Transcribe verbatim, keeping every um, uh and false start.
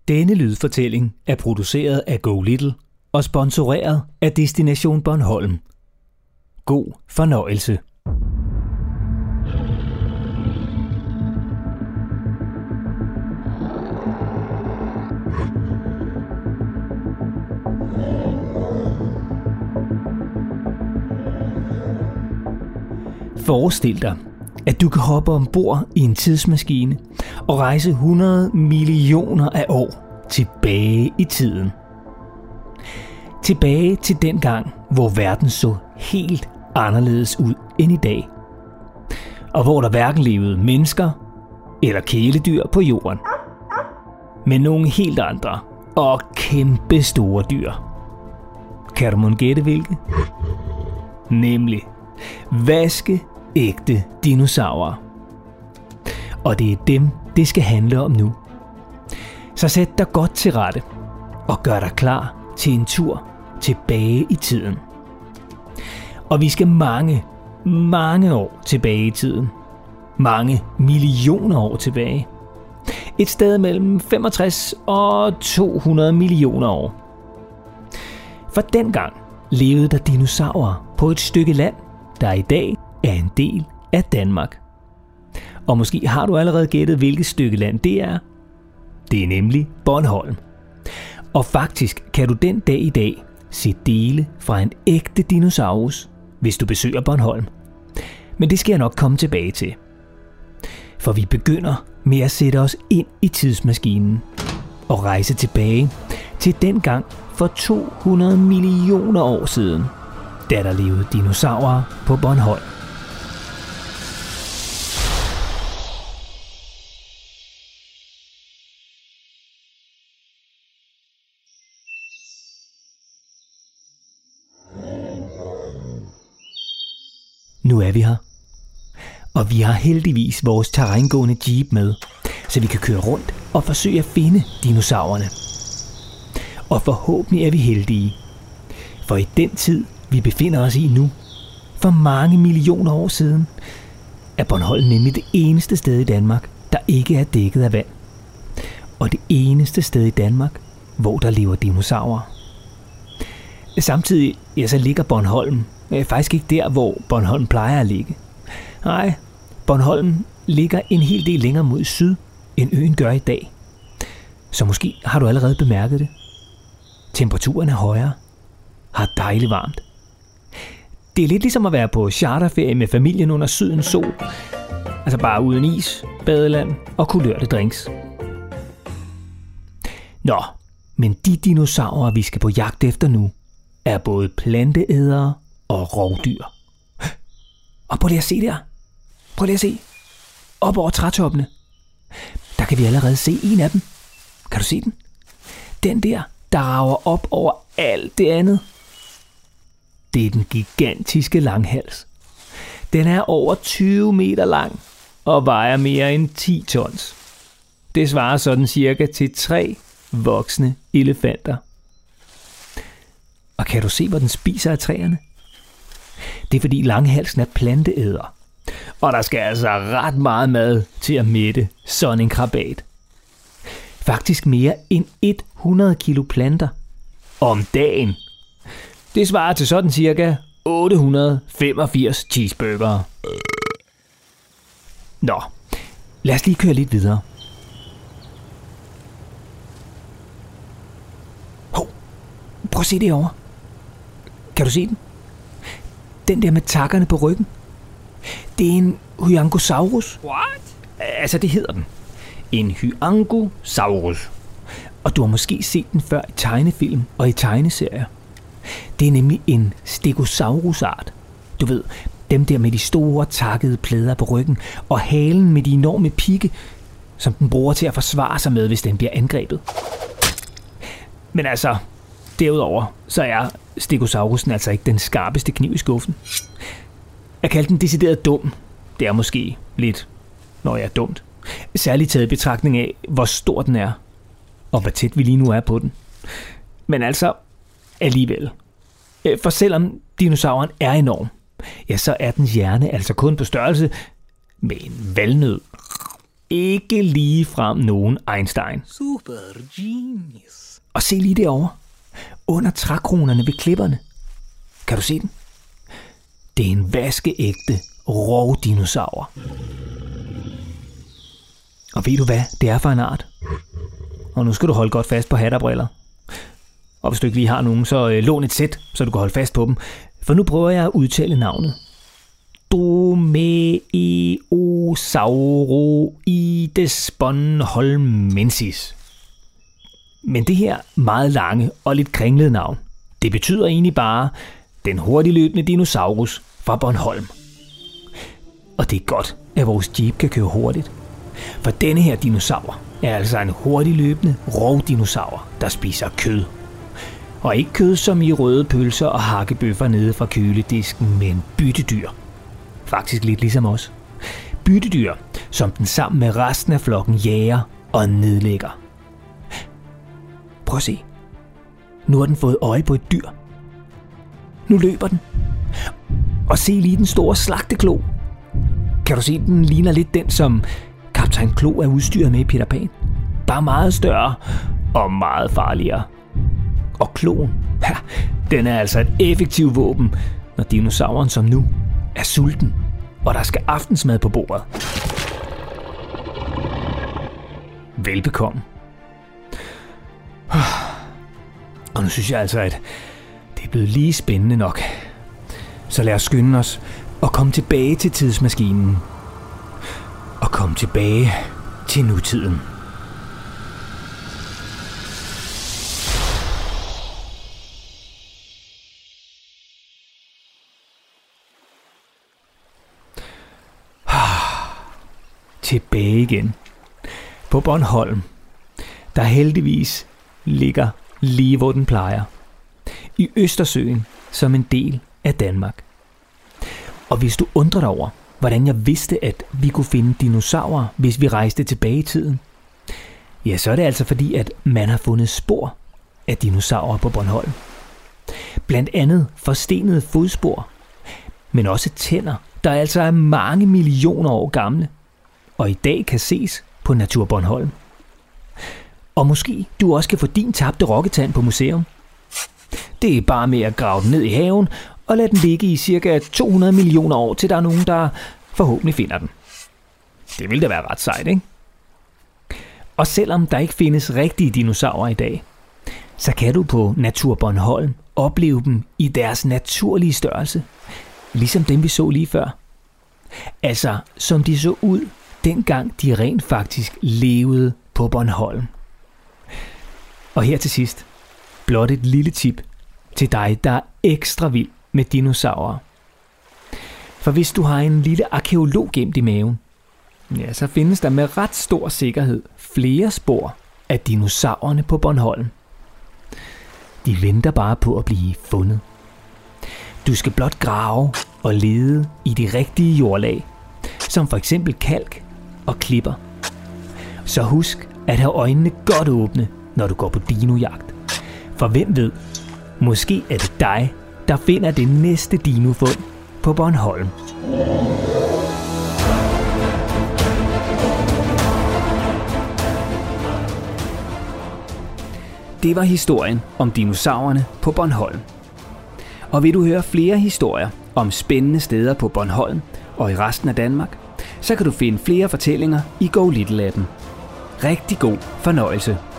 Denne lydfortælling er produceret af Go Little og sponsoreret af Destination Bornholm. God fornøjelse. Forestil dig, at du kan hoppe ombord i en tidsmaskine og rejse hundrede millioner af år tilbage i tiden. Tilbage til den gang, hvor verden så helt anderledes ud end i dag. Og hvor der hverken levede mennesker eller kæledyr på jorden. Men nogle helt andre og kæmpe store dyr. Kan du mon gætte hvilke? Nemlig vaske ægte dinosaurer. Og det er dem, det skal handle om nu. Så sæt dig godt til rette og gør dig klar til en tur tilbage i tiden. Og vi skal mange, mange år tilbage i tiden. Mange millioner år tilbage. Et sted mellem femogtres og to hundrede millioner år. For dengang levede der dinosaurer på et stykke land, der i dag er en del af Danmark. Og måske har du allerede gættet, hvilket stykke land det er. Det er nemlig Bornholm. Og faktisk kan du den dag i dag se dele fra en ægte dinosaurus, hvis du besøger Bornholm. Men det skal jeg nok komme tilbage til. For vi begynder med at sætte os ind i tidsmaskinen og rejse tilbage til den gang for to hundrede millioner år siden, da der levede dinosaurer på Bornholm. Nu er vi her. Og vi har heldigvis vores terrængående jeep med, så vi kan køre rundt og forsøge at finde dinosaurerne. Og forhåbentlig er vi heldige. For i den tid, vi befinder os i nu, for mange millioner år siden, er Bornholm nemlig det eneste sted i Danmark, der ikke er dækket af vand. Og det eneste sted i Danmark, hvor der lever dinosaurer. Samtidig ja, så ligger Bornholm øh, faktisk ikke der, hvor Bornholm plejer at ligge. Nej, Bornholm ligger en hel del længere mod syd, end øen gør i dag. Så måske har du allerede bemærket det. Temperaturen er højere. Har dejligt varmt. Det er lidt ligesom at være på charterferie med familien under sydens sol. Altså bare uden is, badeland og kulørte drinks. Nå, men de dinosaurer, vi skal på jagt efter nu, er både planteædere og rovdyr. Og prøv lige at se der. Prøv lige at se. Op over trætoppene. Der kan vi allerede se en af dem. Kan du se den? Den der, der rager op over alt det andet. Det er den gigantiske langhals. Den er over tyve meter lang og vejer mere end ti tons. Det svarer sådan cirka til tre voksne elefanter. Og kan du se, hvor den spiser af træerne? Det er fordi langhalsen er planteæder. Og der skal altså ret meget mad til at mætte sådan en krabat. Faktisk mere end hundrede kilo planter om dagen. Det svarer til sådan cirka otte hundrede og femogfirs cheeseburgere. Nå, lad os lige køre lidt videre. Hov, prøv at se det over. Kan du se den? Den der med takkerne på ryggen. Det er en Hyangosaurus. What? Altså, det hedder den. En Hyangosaurus. Og du har måske set den før i tegnefilm og i tegneserier. Det er nemlig en Stegosaurus-art. Du ved, dem der med de store takkede plader på ryggen og halen med de enorme pigge, som den bruger til at forsvare sig med, hvis den bliver angrebet. Men altså, derudover, så er Stegosaurusen altså ikke den skarpeste kniv i skuffen. Jeg kalder den decideret dum. Det er måske lidt, når jeg er dumt. Særligt taget i betragtning af, hvor stor den er, og hvor tæt vi lige nu er på den. Men altså, alligevel. For selvom dinosauren er enorm, ja, så er dens hjerne altså kun på størrelse med en valnød. ikke lige frem nogen Einstein. Super genius. Og se lige derovre. Under trækronerne ved klipperne. Kan du se den? Det er en vaskeægte rovdinosaur. Og ved du hvad det er for en art? Og nu skal du holde godt fast på hat og briller. Og hvis du ikke lige har nogen, så øh, lån et sæt, så du kan holde fast på dem. For nu prøver jeg at udtale navnet. Dromaeosauroides bornholmensis. Men det her meget lange og lidt kringlede navn, det betyder egentlig bare den hurtigløbende dinosaurus fra Bornholm. Og det er godt, at vores jeep kan køre hurtigt. For denne her dinosaur er altså en hurtigløbende rovdinosaur, der spiser kød. Og ikke kød som i røde pølser og hakkebøffer nede fra køledisken, men byttedyr. Faktisk lidt ligesom os. Byttedyr, som den sammen med resten af flokken jager og nedlægger. Prøv at se. Nu har den fået øje på et dyr. Nu løber den. Og se lige den store slagteklo. Kan du se, den ligner lidt den, som Kaptajn Klo er udstyret med i Peter Pan. Bare meget større og meget farligere. Og kloen, ja, den er altså et effektivt våben, når dinosauren som nu er sulten, og der skal aftensmad på bordet. Velbekomme. Og nu synes jeg altså, at det er blevet lige spændende nok. Så lad os skynde os og komme tilbage til tidsmaskinen. Og komme tilbage til nutiden. Tilbage igen. På Bornholm, der heldigvis ligger lige hvor den plejer. I Østersøen som en del af Danmark. Og hvis du undrer dig over, hvordan jeg vidste, at vi kunne finde dinosaurer, hvis vi rejste tilbage i tiden, ja, så er det altså fordi, at man har fundet spor af dinosaurer på Bornholm. Blandt andet forstenede fodspor, men også tænder, der altså er mange millioner år gamle, og i dag kan ses på Natur Bornholm. Og måske du også kan få din tabte rokketand på museum. Det er bare med at grave den ned i haven og lade den ligge i cirka to hundrede millioner år, til der er nogen, der forhåbentlig finder den. Det ville da være ret sejt, ikke? Og selvom der ikke findes rigtige dinosaurer i dag, så kan du på Natur Bornholm opleve dem i deres naturlige størrelse, ligesom dem vi så lige før. Altså som de så ud, dengang de rent faktisk levede på Bornholm. Og her til sidst, blot et lille tip til dig, der er ekstra vild med dinosaurer. For hvis du har en lille arkæolog gemt i maven, ja, så findes der med ret stor sikkerhed flere spor af dinosaurerne på Bornholm. De venter bare på at blive fundet. Du skal blot grave og lede i de rigtige jordlag, som for eksempel kalk og klipper. Så husk at have øjnene godt åbne, når du går på dinojagt. For hvem ved, måske er det dig, der finder det næste dinofund på Bornholm. Det var historien om dinosaurerne på Bornholm. Og vil du høre flere historier om spændende steder på Bornholm og i resten af Danmark, så kan du finde flere fortællinger i Go Little-appen. Rigtig god fornøjelse.